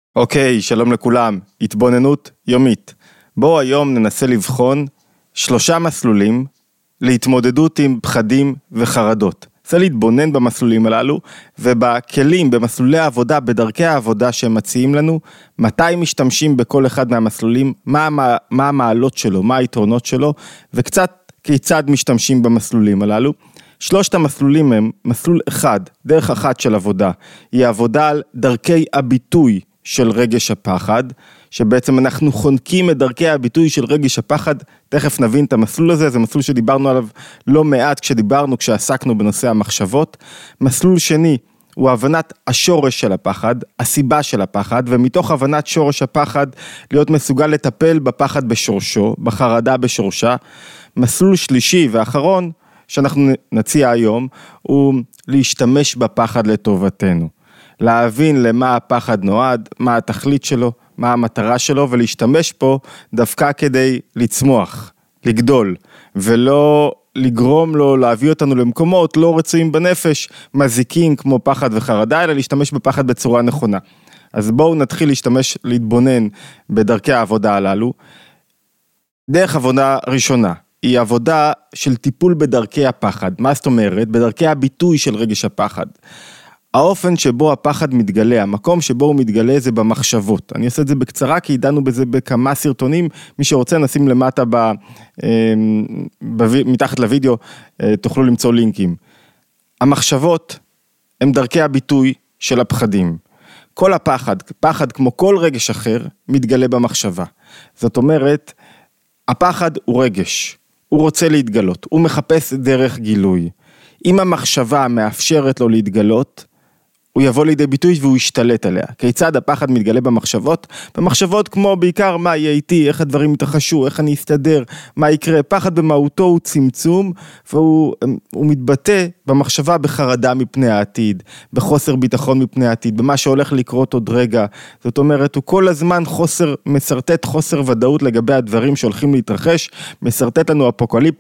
אוקיי, שלום לכולם, התבוננות יומית. בואו היום ננסה לבחון 3 מסלולים להתמודדות עם פחדים וחרדות. זה להתבונן במסלולים הללו ובכלים, במסלולי העבודה, בדרכי העבודה שהם מציעים לנו, מתי משתמשים בכל אחד מהמסלולים, מה המעלות שלו, מה היתרונות שלו, וקצת כיצד משתמשים במסלולים הללו. 3 המסלולים הם מסלול אחד, דרך אחת של עבודה, היא עבודה על דרכי הביטוי של רגש הפחד, שבעצם אנחנו חונקים את דרכי הביטוי של רגש הפחד, תכף נבין את המסלול הזה, זה מסלול שדיברנו עליו לא מעט כשעסקנו בנושא המחשבות. מסלול שני הוא הבנת השורש של הפחד, הסיבה של הפחד, ומתוך הבנת שורש הפחד להיות מסוגל לטפל בפחד בשורשו, בחרדה בשורשה. מסלול שלישי ואחרון שאנחנו נציע היום הוא להשתמש בפחד לטובתנו. להבין למה הפחד נועד, מה התכלית שלו, מה המטרה שלו, ולהשתמש פה דווקא כדי לצמוח, לגדול, ולא לגרום לו להביא אותנו למקומות לא רצויים בנפש, מזיקים כמו פחד וחרדה, אלא להשתמש בפחד בצורה נכונה. אז בואו נתחיל להתבונן בדרכי העבודה הללו. דרך עבודה ראשונה, היא עבודה של טיפול בדרכי הפחד. מה זאת אומרת? בדרכי הביטוי של רגש הפחד. האופן שבו הפחד מתגלה, המקום שבו הוא מתגלה זה במחשבות. אני אעשה את זה בקצרה כי ידענו בזה בכמה סרטונים, מי שרוצה נשים למטה מתחת לוידאו, תוכלו למצוא לינקים. המחשבות הם דרכי הביטוי של הפחדים. כל פחד כמו כל רגש אחר, מתגלה במחשבה. זאת אומרת, הפחד הוא רגש, הוא רוצה להתגלות, הוא מחפש דרך גילוי. אם המחשבה מאפשרת לו להתגלות, הוא יבוא לידי ביטוי והוא ישתלט עליה. כיצד הפחד מתגלה במחשבות? במחשבות כמו בעיקר מה יהיה איתי, איך הדברים יתרחשו, איך אני אסתדר, מה יקרה. פחד במהותו הוא צמצום, והוא מתבטא במחשבה בחרדה מפני העתיד, בחוסר ביטחון מפני העתיד, במה שהולך לקרות עוד רגע. זאת אומרת, הוא כל הזמן מסרטט חוסר ודאות לגבי הדברים שהולכים להתרחש, מסרטט לנו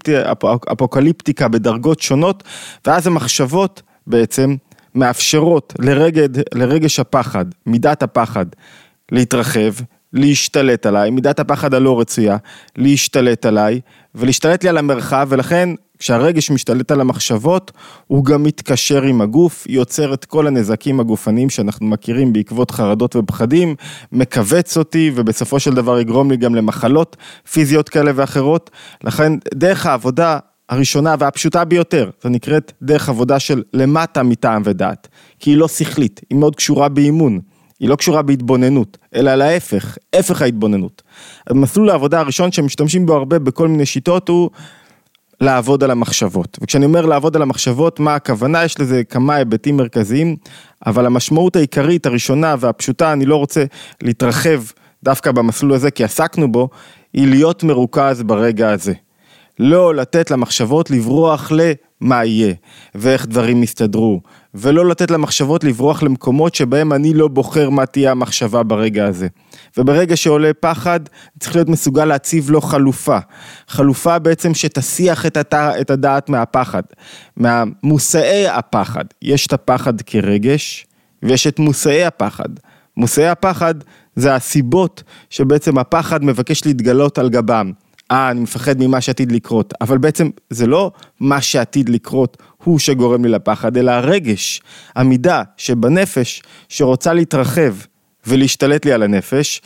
אפוקליפטיקה בדרגות שונות, ואז המחשבות בעצם מאפשרות לרגש הפחד, מידת הפחד, להתרחב, להשתלט עליי, מידת הפחד הלא רצויה, להשתלט עליי, ולהשתלט לי על המרחב, ולכן כשהרגש משתלט על המחשבות, הוא גם מתקשר עם הגוף, יוצר את כל הנזקים הגופניים שאנחנו מכירים בעקבות חרדות ופחדים, מקווץ אותי, ובסופו של דבר יגרום לי גם למחלות פיזיות כאלה ואחרות. לכן דרך העבודה הראשונה והפשוטה ביותר, זה נקראת דרך עבודה של למטה מטעם ודעת, כי היא לא שכלית, היא מאוד קשורה באימון, היא לא קשורה בהתבוננות, אלא להפך, הפך ההתבוננות. מסלול העבודה הראשון שמשתמשים בו הרבה בכל מיני שיטות הוא לעבוד על המחשבות, וכשאני אומר לעבוד על המחשבות, מה הכוונה? יש לזה כמה היבטים מרכזיים, אבל המשמעות העיקרית הראשונה והפשוטה, אני לא רוצה להתרחב דווקא במסלול הזה, כי עסקנו בו, היא להיות מרוכז ברגע הזה. לא לתת למחשבות לברוח למה יהיה, ואיך דברים מסתדרו, ולא לתת למחשבות לברוח למקומות שבהם אני לא בוחר מה תהיה המחשבה ברגע הזה. וברגע שעולה פחד, צריך להיות מסוגל להציב לו חלופה. חלופה בעצם שתסיח את הדעת מהפחד, מהמושאי הפחד. יש את הפחד כרגש, ויש את מושאי הפחד. מושאי הפחד זה הסיבות שבעצם הפחד מבקש להתגלות על גבם. אני מפחד ממה שעתיד לקרות, אבל בעצם זה לא מה שעתיד לקרות הוא שגורם לי לפחד, אלא הרגש, המידה שבנפש שרוצה להתרחב ולהשתלט לי על הנפש,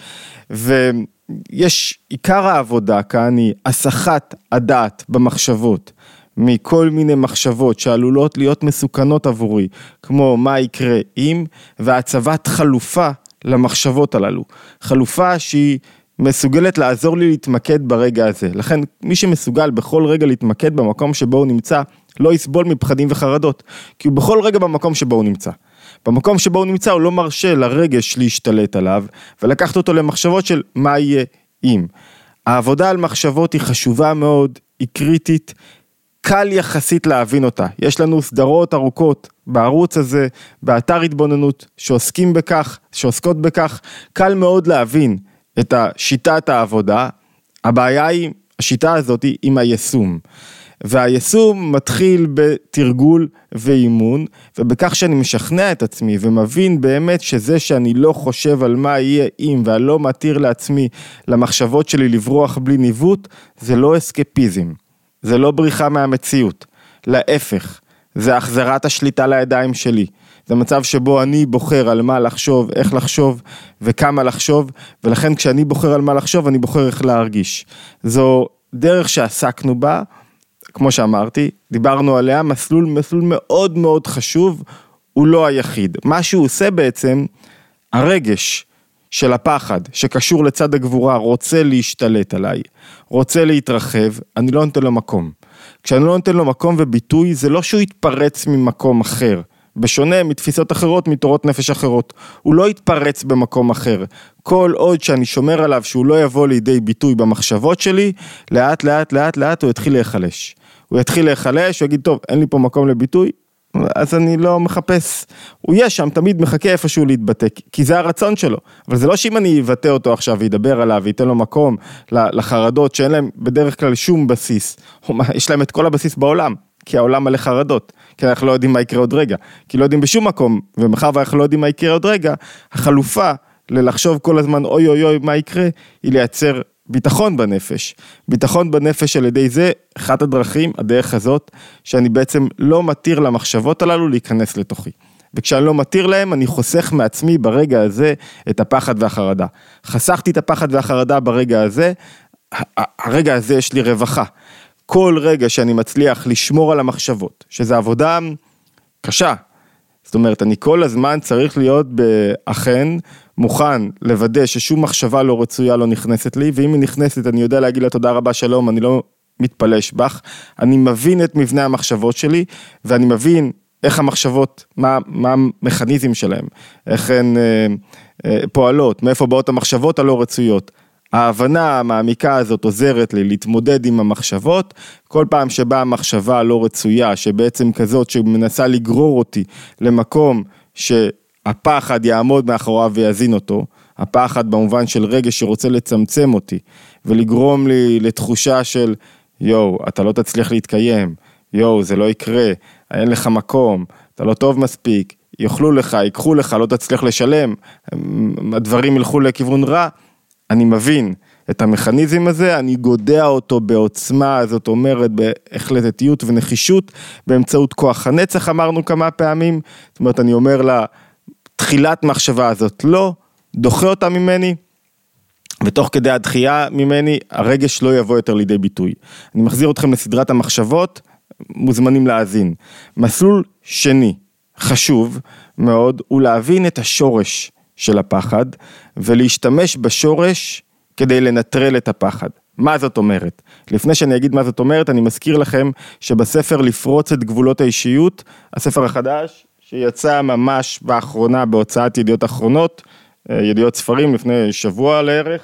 ויש עיקר העבודה כאן היא הסחת הדעת במחשבות, מכל מיני מחשבות שעלולות להיות מסוכנות עבורי, כמו מה יקרה אם, והצבת חלופה למחשבות הללו, חלופה שהיא מסוגלת לעזור לי להתמקד ברגע הזה. לכן מי שמסוגל בכל רגע להתמקד במקום שבו הוא נמצא, לא יסבול מפחדים וחרדות, כי הוא בכל רגע במקום שבו הוא נמצא. במקום שבו הוא נמצא הוא לא מרשה לרגש להשתלט עליו, ולקחת אותו למחשבות של מה יהיה אם. העבודה על מחשבות היא חשובה מאוד, היא קריטית, קל יחסית להבין אותה. יש לנו סדרות ארוכות בערוץ הזה, באתר התבוננות, שעוסקות בכך, קל מאוד להבין את שיטת העבודה. הבעיה היא, השיטה הזאת היא עם היישום. והיישום מתחיל בתרגול ואימון, ובכך שאני משכנע את עצמי ומבין באמת שזה שאני לא חושב על מה יהיה אם, ואני לא מתיר לעצמי למחשבות שלי לברוח בלי ניווט, זה לא אסקפיזם, זה לא בריחה מהמציאות, להפך, זה החזרת השליטה לידיים שלי, זה מצב שבו אני בוחר על מה לחשוב, איך לחשוב וכמה לחשוב, ולכן כשאני בוחר על מה לחשוב, אני בוחר איך להרגיש. זו דרך שעסקנו בה, כמו שאמרתי, דיברנו עליה, מסלול מאוד מאוד חשוב, הוא לא היחיד. מה שהוא עושה בעצם, הרגש של הפחד, שקשור לצד הגבורה, רוצה להשתלט עליי, רוצה להתרחב, אני לא נותן לו מקום. כשאני לא נותן לו מקום וביטוי, זה לא שהוא יתפרץ ממקום אחר, בשונה מתפיסות אחרות, מתורות נפש אחרות. הוא לא יתפרץ במקום אחר. כל עוד שאני שומר עליו שהוא לא יבוא לידי ביטוי במחשבות שלי, לאט לאט הוא יתחיל להיחלש. הוא יתחיל להיחלש, הוא יגיד, טוב, אין לי פה מקום לביטוי, אז אני לא מחפש. הוא יהיה שם, תמיד מחכה איפשהו להתבטא, כי זה הרצון שלו. אבל זה לא שאם אני אבטא אותו עכשיו וידבר עליו, וייתן לו מקום לחרדות, שאין להם בדרך כלל שום בסיס. יש להם את כל הבסיס בעולם. כי העולם מלא חרדות, כי אנחנו לא יודעים מה יקרה עוד רגע, כי לא יודעים בשום מקום, ומחר ואנחנו לא יודעים מה יקרה עוד רגע, החלופה ללחשוב כל הזמן אוי אוי אוי מה יקרה, היא לייצר ביטחון בנפש. ביטחון בנפש על ידי זה, אחת הדרכים, הדרך הזאת, שאני בעצם לא מתיר למחשבות הללו להיכנס לתוכי. וכשאני לא מתיר להם, אני חוסך מעצמי ברגע הזה את הפחד והחרדה. חסכתי את הפחד והחרדה ברגע הזה, הרגע הזה יש לי רווחה. כל רגע שאני מצליח לשמור על המחשבות, שזו עבודה קשה, זאת אומרת, אני כל הזמן צריך להיות באכן מוכן לוודא ששום מחשבה לא רצויה לא נכנסת לי, ואם היא נכנסת אני יודע להגיד לה תודה רבה שלום, אני לא מתפלש בך, אני מבין את מבנה המחשבות שלי, ואני מבין איך המחשבות, מה המכניזם שלהם, איך הן פועלות, מאיפה באות המחשבות הלא רצויות, ההבנה המעמיקה הזאת עוזרת לי להתמודד עם המחשבות, כל פעם שבאה המחשבה לא רצויה, שבעצם כזאת שמנסה לגרור אותי למקום שהפחד יעמוד מאחוריו ויזין אותו, הפחד במובן של רגש שרוצה לצמצם אותי, ולגרום לי לתחושה של, יו, אתה לא תצליח להתקיים, יו, זה לא יקרה, אין לך מקום, אתה לא טוב מספיק, יאכלו לך, ייקחו לך, לא תצליח לשלם, הדברים ילכו לכיוון רע, אני מבין את המכניזם הזה, אני גודע אותו בעוצמה, זאת אומרת בהחלטיות ונחישות, באמצעות כוח הנצח אמרנו כמה פעמים, זאת אומרת אני אומר לה, תחילת מחשבה הזאת לא, דוחה אותה ממני, ותוך כדי הדחייה ממני, הרגש לא יבוא יותר לידי ביטוי. אני מחזיר אתכם לסדרת המחשבות, מוזמנים להאזין. מסלול שני, חשוב מאוד, הוא להבין את השורש של הפחד, ולהשתמש בשורש כדי לנטרל את הפחד. מה זאת אומרת? לפני שאני אגיד מה זאת אומרת, אני מזכיר לכם שבספר לפרוץ את גבולות האישיות, הספר החדש שיצא ממש באחרונה בהוצאת ידיעות אחרונות, ידיעות ספרים לפני שבוע לערך,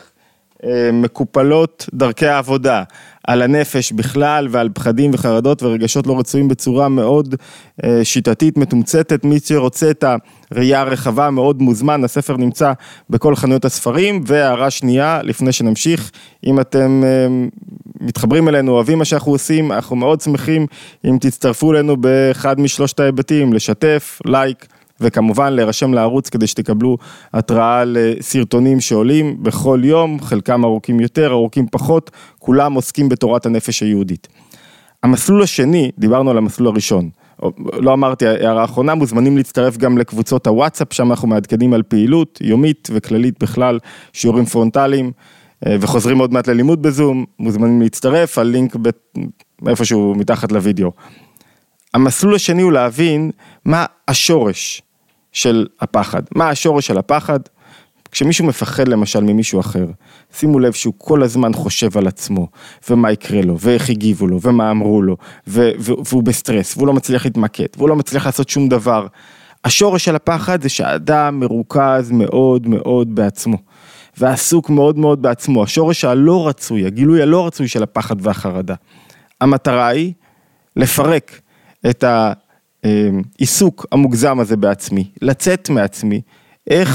מקופלות דרכי העבודה על הנפש בכלל ועל פחדים וחרדות ורגשות לא רצויים בצורה מאוד שיטתית, מתומצתת. מי שרוצה את הראייה הרחבה מאוד מוזמן, הספר נמצא בכל חנויות הספרים. והערה שנייה, לפני שנמשיך, אם אתם מתחברים אלינו, אוהבים מה שאנחנו עושים, אנחנו מאוד שמחים אם תצטרפו אלינו באחד משלושת ההיבטים, לשתף, לייק, וכמובן להירשם לערוץ כדי שתקבלו התראה לסרטונים שעולים בכל יום, חלקם ארוכים יותר, ארוכים פחות, כולם עוסקים בתורת הנפש היהודית. המסלול השני, דיברנו על המסלול הראשון, לא אמרתי, הערה האחרונה, מוזמנים להצטרף גם לקבוצות הוואטסאפ, שם אנחנו מעדכנים על פעילות יומית וכללית בכלל, שיעורים פרונטליים, וחוזרים עוד מעט ללימוד בזום, מוזמנים להצטרף, הלינק איפשהו מתחת לוידאו. המסלול השני הוא להבין מה השורש של הפחד. מה השורש של הפחד? כשמישהו מפחד למשל ממישהו אחר, שימו לב שהוא כל הזמן חושב על עצמו, ומה יקרה לו, ואיך הגיבו לו, ומה אמרו לו, והוא בסטרס, והוא לא מצליח להתמקד, והוא לא מצליח לעשות שום דבר. השורש של הפחד זה שהאדם מרוכז מאוד מאוד בעצמו, ועסוק מאוד מאוד בעצמו. השורש הלא רצוי, הגילוי הלא רצוי של הפחד והחרדה. המטרה היא לפרק את העיסוק המוגזם הזה בעצמי, לצאת מעצמי, איך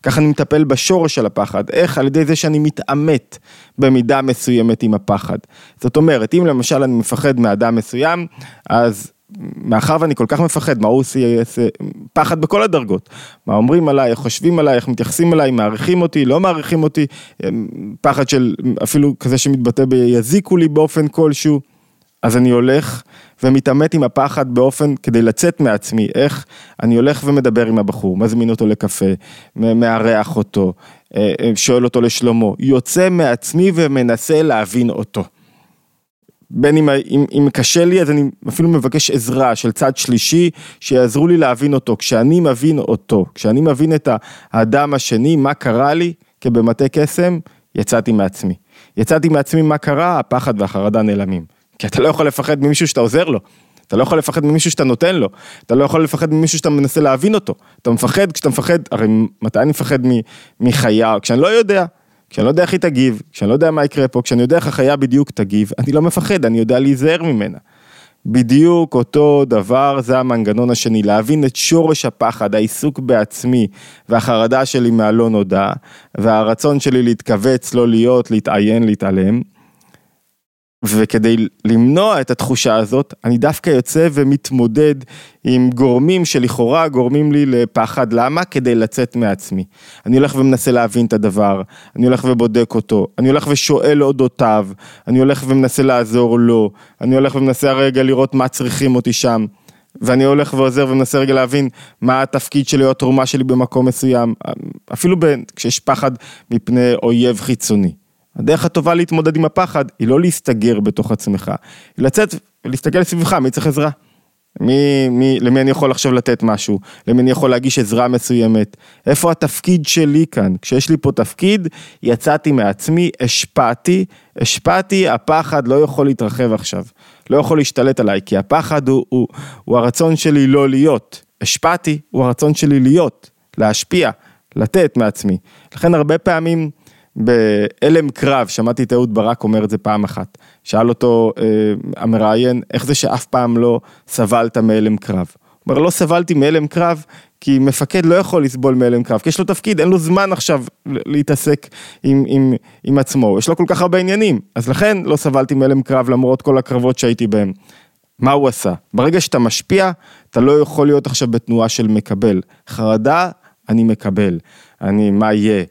ככה אני מטפל בשורש של הפחד. איך? על ידי זה שאני מתאמת במידה מסוימת עם הפחד. זאת אומרת, אם למשל אני מפחד מאדם מסוים, אז מאחר ואני כל כך מפחד, מה הוא עושה? פחד בכל הדרגות. מה אומרים עליי, איך חושבים עליי, איך מתייחסים עליי, מעריכים אותי, לא מעריכים אותי, פחד של אפילו כזה שמתבטא ביזיקו לי באופן כלשהו. אז אני הולך ומתאמת עם הפחד באופן כדי לצאת מעצמי. איך? אני הולך ומדבר עם הבחור, מזמין אותו לקפה, מארח אותו, שואל אותו לשלומו, יוצא מעצמי ומנסה להבין אותו. בין אם קשה לי, אז אני אפילו מבקש עזרה של צד שלישי, שיעזרו לי להבין אותו. כשאני מבין אותו, כשאני מבין את האדם השני, מה קרה לי, כבמטה קסם, יצאתי מעצמי. יצאתי מעצמי מה קרה, הפחד והחרדה נעלמים. כי אתה לא יכול לפחד ממישהו שאתה עוזר לו. אתה לא יכול לפחד ממישהו שאתה נותן לו. אתה לא יכול לפחד ממישהו שאתה מנסה להבין אותו. אתה מפחד, כשאתה מפחד, הרי מתי אני מפחד מחיה, כשאני לא יודע. כשאני לא יודע איך היא תגיב, כשאני לא יודע מה יקרה פה, כשאני יודע איך החיה בדיוק תגיב, אני לא מפחד, אני יודע להיזהר ממנה. בדיוק אותו דבר, זה המנגנון השני, להבין את שורש הפחד, העיסוק בעצמי, והחרדה שלי מהלא נודע, והרצון שלי להתכווץ, לא להיות, להתעיין, להתעלם. וכדי למנוע את התחושה הזאת, אני דווקא יוצא ומתמודד עם גורמים שלכאורה גורמים לי לפחד. למה? כדי לצאת מעצמי. אני הולך ומנסה להבין את הדבר, אני הולך ובודק אותו, אני הולך ושואל אודותיו, אני הולך ומנסה לעזור לו, אני הולך ומנסה רגע לראות מה צריכים אותי שם, ואני הולך ועוזר ומנסה רגע להבין מה התפקיד שלי או התרומה שלי במקום מסוים, אפילו כשיש פחד מפני אויב חיצוני. הדרך הטובה להתמודד עם הפחד היא לא להסתגר בתוך עצמך, היא לצאת ולהסתגל סביבך, מי צריך עזרה? למי אני יכול עכשיו לתת משהו? למי אני יכול להגיש עזרה מסוימת? איפה התפקיד שלי כאן? כשיש לי פה תפקיד, יצאתי מעצמי, השפעתי, הפחד לא יכול להתרחב עכשיו, לא יכול להשתלט עליי, כי הפחד הוא הרצון שלי לא להיות, השפעתי הוא הרצון שלי להיות, להשפיע, לתת מעצמי. לכן הרבה פעמים, באלם קרב, שמעתי את אהוד ברק אומר את זה פעם אחת, שאל אותו המראיין, איך זה שאף פעם לא סבלת מאלם קרב? הוא אומר, לא סבלתי מאלם קרב, כי מפקד לא יכול לסבול מאלם קרב, כי יש לו תפקיד, אין לו זמן עכשיו להתעסק עם עצמו, יש לו כל כך הרבה עניינים, אז לכן לא סבלתי מאלם קרב, למרות כל הקרבות שהייתי בהם. מה הוא עשה? ברגע שאתה משפיע, אתה לא יכול להיות עכשיו בתנועה של מקבל. חרדה, אני מקבל. מה יהיה?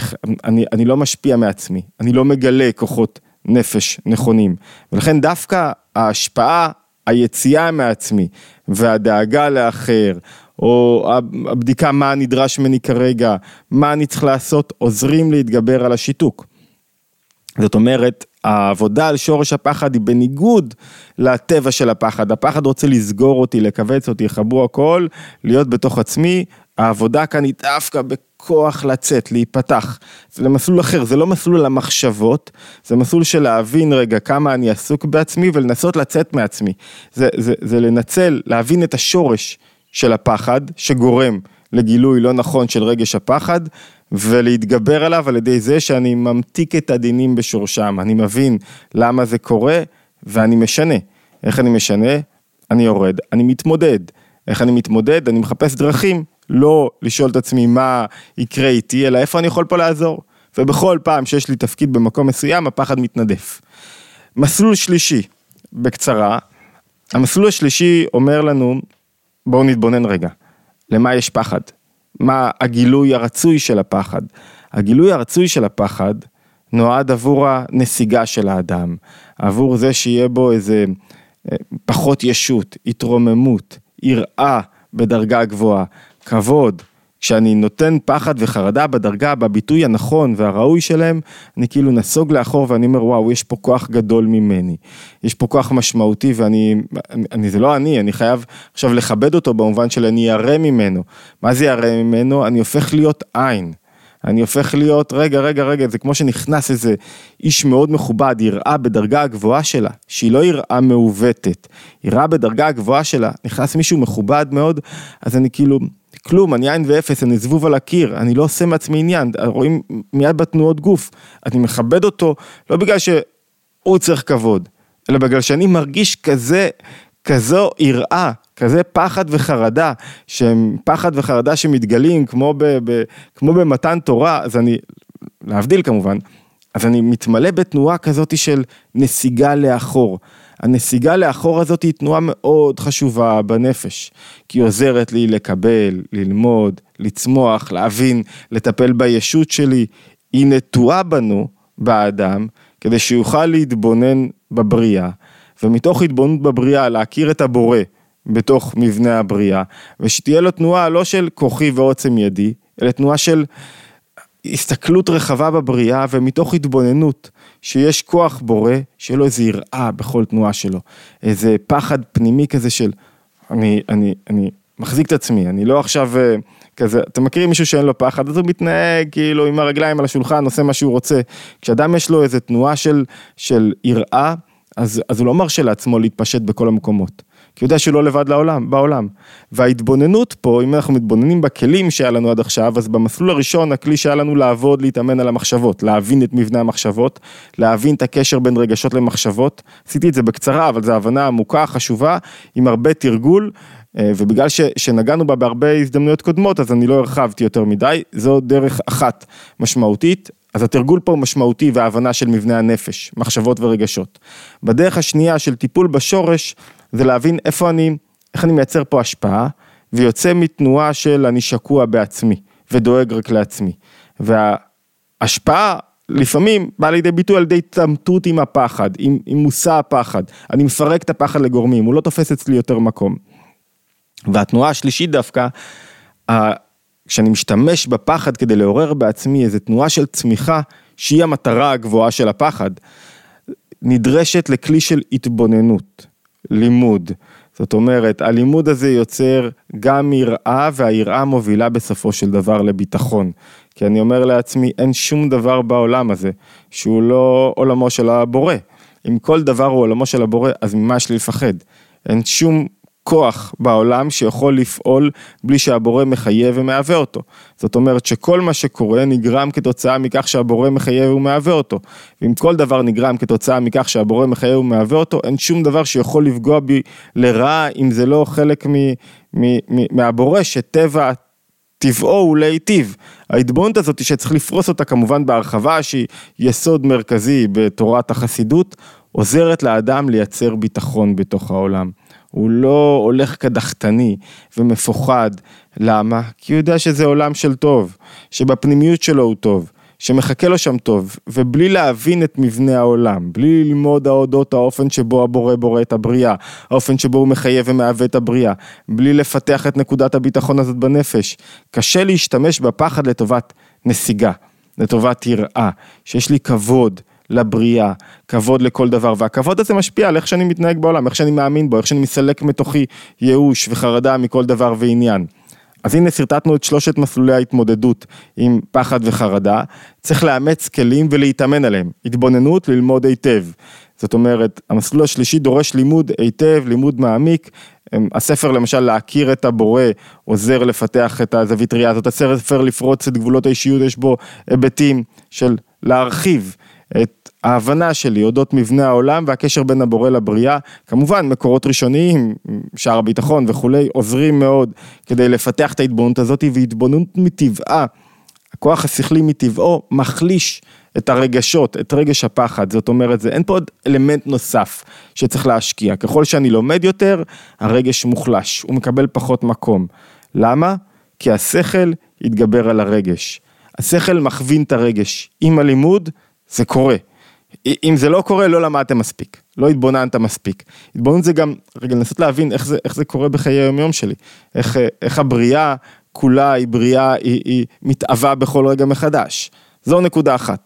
אני לא משפיע מעצמי, אני לא מגלה כוחות נפש נכונים, ולכן דווקא ההשפעה, היציאה מעצמי, והדאגה לאחר, או הבדיקה מה נדרש ממני כרגע, מה אני צריך לעשות, עוזרים להתגבר על השיתוק. זאת אומרת, העבודה על שורש הפחד היא בניגוד לטבע של הפחד. הפחד רוצה לסגור אותי, לקבץ אותי, לחבור הכל, להיות בתוך עצמי. העבודה כאן היא דווקא בכוח לצאת, להיפתח. זה למסלול אחר, זה לא מסלול למחשבות, זה מסלול של להבין רגע כמה אני עסוק בעצמי ולנסות לצאת מעצמי. זה לנצל, להבין את השורש של הפחד שגורם לגילוי לא נכון של רגש הפחד, ולהתגבר עליו על ידי זה שאני ממתיק את הדינים בשורשם. אני מבין למה זה קורה ואני משנה. איך אני משנה? אני יורד, אני מתמודד. איך אני מתמודד? אני מחפש דרכים, לא לשאול את עצמי מה יקרה איתי, אלא איפה אני יכול פה לעזור. ובכל פעם שיש לי תפקיד במקום מסוים, הפחד מתנדף. מסלול שלישי, בקצרה, המסלול השלישי אומר לנו, בואו נתבונן רגע, למה יש פחד? מה הגילוי הרצוי של הפחד? הגילוי הרצוי של הפחד נועד עבור הנסיגה של האדם, עבור זה שיהיה בו איזה פחות ישות, התרוממות, יראה בדרגה גבוהה, כבוד. כשאני נותן פחד וחרדה בדרגה, בביטוי הנכון והראוי שלהם, אני כאילו נסוג לאחור ואני אומר, וואו, יש פה כוח גדול ממני. יש פה כוח משמעותי זה לא אני חייב עכשיו לכבד אותו במובן של אני ירא ממנו. מה זה ירא ממנו? אני הופך להיות עין. אני הופך להיות, רגע, זה כמו שנכנס איזה איש מאוד מכובד, יראה בדרגה הגבוהה שלה, שהיא לא יראה מעוותת, יראה בדרגה הגבוהה שלה, נכנס מישהו מכובד מאוד, אז אני כאילו, כלום, אני עין ואפס, אני זבוב על הקיר, אני לא עושה מעצמי עניין, רואים מיד בתנועות גוף, אני מכבד אותו, לא בגלל שהוא צריך כבוד, אלא בגלל שאני מרגיש כזו יראה, כזה פחד וחרדה, שהם פחד וחרדה שמתגלים כמו במתן תורה, אז אני, להבדיל כמובן, אז אני מתמלא בתנועה כזאת של נסיגה לאחור. הנסיגה לאחור הזאת היא תנועה מאוד חשובה בנפש, כי היא עוזרת לי לקבל, ללמוד, לצמוח, להבין, לטפל בישות שלי. היא נטועה בנו, באדם, כדי שיוכל להתבונן בבריאה, ומתוך התבוננות בבריאה להכיר את הבורא בתוך מבנה הבריאה, ושתהיה לו תנועה לא של כוחי ועוצם ידי, אלא תנועה של הסתכלות רחבה בבריאה, ומתוך התבוננות שיש כוח בורא, שיהיה לו איזו יראה בכל תנועה שלו, איזה פחד פנימי כזה של, אני מחזיק את עצמי, אני לא עכשיו כזה, אתם מכירים מישהו שאין לו פחד, אז הוא מתנהג כאילו עם הרגליים על השולחן, עושה מה שהוא רוצה, כשאדם יש לו איזו תנועה של יראה, אז הוא לא מרשה לעצמו להתפשט בכל המקומות, כי הוא יודע שהוא לא לבד בעולם, וההתבוננות פה, אם אנחנו מתבוננים בכלים שהיה לנו עד עכשיו, אז במסלול הראשון, הכלי שהיה לנו לעבוד, להתאמן על המחשבות, להבין את מבנה המחשבות, להבין את הקשר בין רגשות למחשבות, עשיתי את זה בקצרה, אבל זו הבנה עמוקה, חשובה, עם הרבה תרגול, ובגלל שנגענו בה בהרבה הזדמנויות קודמות, אז אני לא הרחבתי יותר מדי, זו דרך אחת משמעותית, אז התרגול פה משמעותי וההבנה של מבנה הנפש, מחשבות ורגשות. בדרך השנייה של טיפול בשורש, זה להבין איך אני מייצר פה השפעה, ויוצא מתנועה של אני שקוע בעצמי, ודואג רק לעצמי. וההשפעה לפעמים באה לידי ביטוי על ידי התעמתות עם הפחד, עם מושא הפחד. אני מפרק את הפחד לגורמים, הוא לא תופס אצלי יותר מקום. והתנועה השלישית דווקא, כשאני משתמש בפחד כדי לעורר בעצמי איזו תנועה של צמיחה, שהיא המטרה הגבוהה של הפחד, נדרשת לכלי של התבוננות, לימוד. זאת אומרת, הלימוד הזה יוצר גם יראה, והיראה מובילה בסופו של דבר לביטחון. כי אני אומר לעצמי, אין שום דבר בעולם הזה, שהוא לא עולמו של הבורא. אם כל דבר הוא עולמו של הבורא, אז ממה יש לי לפחד? אין שום כוח בעולם שיכול לפעול בלי שהבורא מחייב ומהווה אותו. זאת אומרת שכל מה שקורה נגרם כתוצאה מכך שהבורא מחייב ומהווה אותו. ואם כל דבר נגרם כתוצאה מכך שהבורא מחייב ומהווה אותו, אין שום דבר שיכול לפגוע בי לרעה, אם זה לא חלק מהבורא שטבע טבעו הוא להיטיב. ההתבוננות הזאת שצריך לפרוס אותה כמובן בהרחבה, שהיא יסוד מרכזי בתורת החסידות, עוזרת לאדם לייצר ביטחון בתוך העולם. הוא לא הולך כדחתני ומפוחד. למה? כי הוא יודע שזה עולם של טוב, שבפנימיות שלו הוא טוב, שמחכה לו שם טוב, ובלי להבין את מבנה העולם, בלי ללמוד האודות האופן שבו הבורא בורא את הבריאה, האופן שבו הוא מחייב ומהווה את הבריאה, בלי לפתח את נקודת הביטחון הזאת בנפש, קשה להשתמש בפחד לטובת נסיגה, לטובת יראה, שיש לי כבוד לבריאה, כבוד לכל דבר, והכבוד הזה משפיע על איך שאני מתנהג בעולם, איך שאני מאמין בו, איך שאני מסלק מתוכי ייאוש וחרדה מכל דבר ועניין. אז הנה סרטטנו את 3 מסלולי ההתמודדות עם פחד וחרדה, צריך לאמץ כלים ולהתאמן עליהם, התבוננות, ללמוד היטב. זאת אומרת, המסלול השלישי דורש לימוד היטב, לימוד מעמיק, הספר למשל להכיר את הבורא, עוזר לפתח את הזווית ראייה, זאת הספר לפרוץ את גבולות האישיות, יש בו היבטים של להרחיב את ההבנה שלי, אודות מבנה העולם והקשר בין הבורא לבריאה, כמובן מקורות ראשוניים, שער הביטחון וכולי, עוזרים מאוד כדי לפתח את ההתבוננות הזאת, והתבוננות מטבעה, הכוח השכלי מטבעו, מחליש את הרגשות, את רגש הפחד, זאת אומרת, אין פה עוד אלמנט נוסף שצריך להשקיע, ככל שאני לומד יותר, הרגש מוחלש, הוא מקבל פחות מקום. למה? כי השכל יתגבר על הרגש, השכל מכווין את הרגש, עם הלימוד זה קורה, אם זה לא קורה, לא למדתם מספיק, לא התבוננת מספיק. התבוננות זה גם, רגע, לנסות להבין איך זה קורה בחיי היום שלי, איך הבריאה כולה היא בריאה, היא מתאווה בכל רגע מחדש. זו נקודה אחת.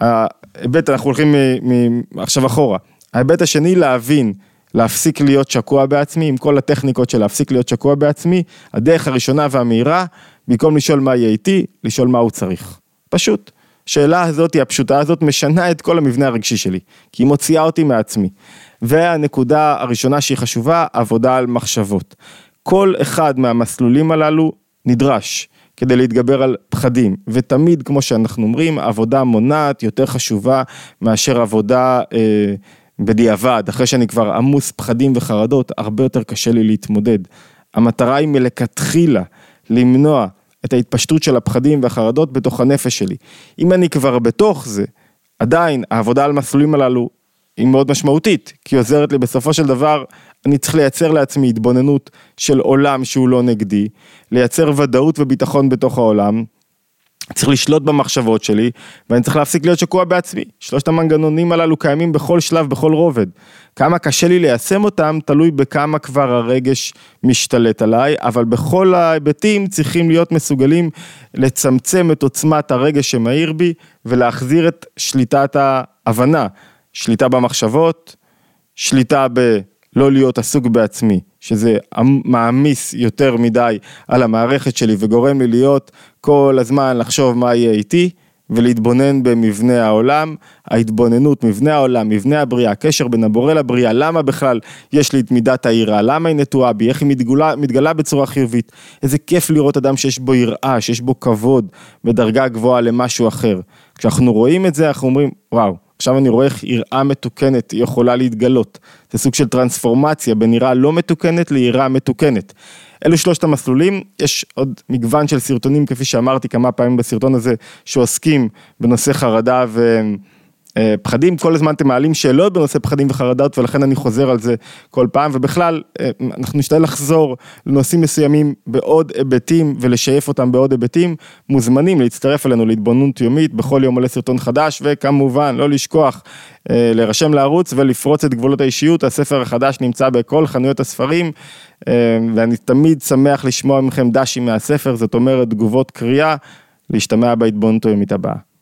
ההיבט, אנחנו הולכים עכשיו אחורה. ההיבט השני, להבין, להפסיק להיות שקוע בעצמי, עם כל הטכניקות של להפסיק להיות שקוע בעצמי, הדרך הראשונה והמהירה, במקום לשאול מה יהיה איתי, לשאול מה הוא צריך. פשוט. השאלה הזאת, הפשוטה הזאת, משנה את כל המבנה הרגשי שלי, כי היא מוציאה אותי מעצמי. והנקודה הראשונה שהיא חשובה, עבודה על מחשבות. כל אחד מהמסלולים הללו נדרש כדי להתגבר על פחדים, ותמיד, כמו שאנחנו אומרים, עבודה מונעת יותר חשובה מאשר עבודה בדיעבד, אחרי שאני כבר עמוס פחדים וחרדות, הרבה יותר קשה לי להתמודד. המטרה היא מלכתחילה למנוע את ההתפשטות של הפחדים והחרדות בתוך הנפש שלי. אם אני כבר בתוך זה, עדיין העבודה על מסלולים הללו היא מאוד משמעותית, כי היא עוזרת לי בסופו של דבר, אני צריך לייצר לעצמי התבוננות של עולם שהוא לא נגדי, לייצר ודאות וביטחון בתוך העולם, צריך לשלוט במחשבות שלי, ואני צריך להפסיק להיות שקוע בעצמי. שלושת המנגנונים הללו קיימים בכל שלב, בכל רובד. כמה קשה לי ליישם אותם, תלוי בכמה כבר הרגש משתלט עליי, אבל בכל ההיבטים צריכים להיות מסוגלים לצמצם את עוצמת הרגש שמאיר בי, ולהחזיר את שליטת ההבנה, שליטה במחשבות, שליטה לא להיות עסוק בעצמי, שזה מעמיס יותר מדי על המערכת שלי, וגורם לי להיות כל הזמן לחשוב מה יהיה איתי, ולהתבונן במבנה העולם, ההתבוננות, מבנה העולם, מבנה הבריאה, הקשר בין הבורא לבריאה, למה בכלל יש לי את מידת היראה, למה היא נטועה בי, איך היא מתגלה בצורה חיובית, איזה כיף לראות אדם שיש בו יראה, שיש בו כבוד, בדרגה גבוהה למשהו אחר. כשאנחנו רואים את זה, אנחנו אומרים, וואו, עכשיו אני רואה איך יראה מתוקנת היא יכולה להתגלות. זה סוג של טרנספורמציה בין יראה לא מתוקנת ליראה מתוקנת. אלו שלושת המסלולים, יש עוד מגוון של סרטונים, כפי שאמרתי כמה פעמים בסרטון הזה, שעוסקים בנושא חרדה ופחדים. כל הזמן אתם מעלים שאלות בנושא פחדים וחרדות, ולכן אני חוזר על זה כל פעם, ובכלל אנחנו נשתדל לחזור לנושאים מסוימים בעוד היבטים, ולשייף אותם בעוד היבטים. מוזמנים להצטרף אלינו להתבוננות יומית, בכל יום עולה סרטון חדש, וכמובן לא לשכוח להירשם לערוץ ולפרוץ את גבולות האישיות. הספר החדש נמצא בכל חנויות הספרים, ואני תמיד שמח לשמוע מכם דשים מהספר, זאת אומרת תגובות קריאה, להשתמע בהתבוננות היומית הבאה.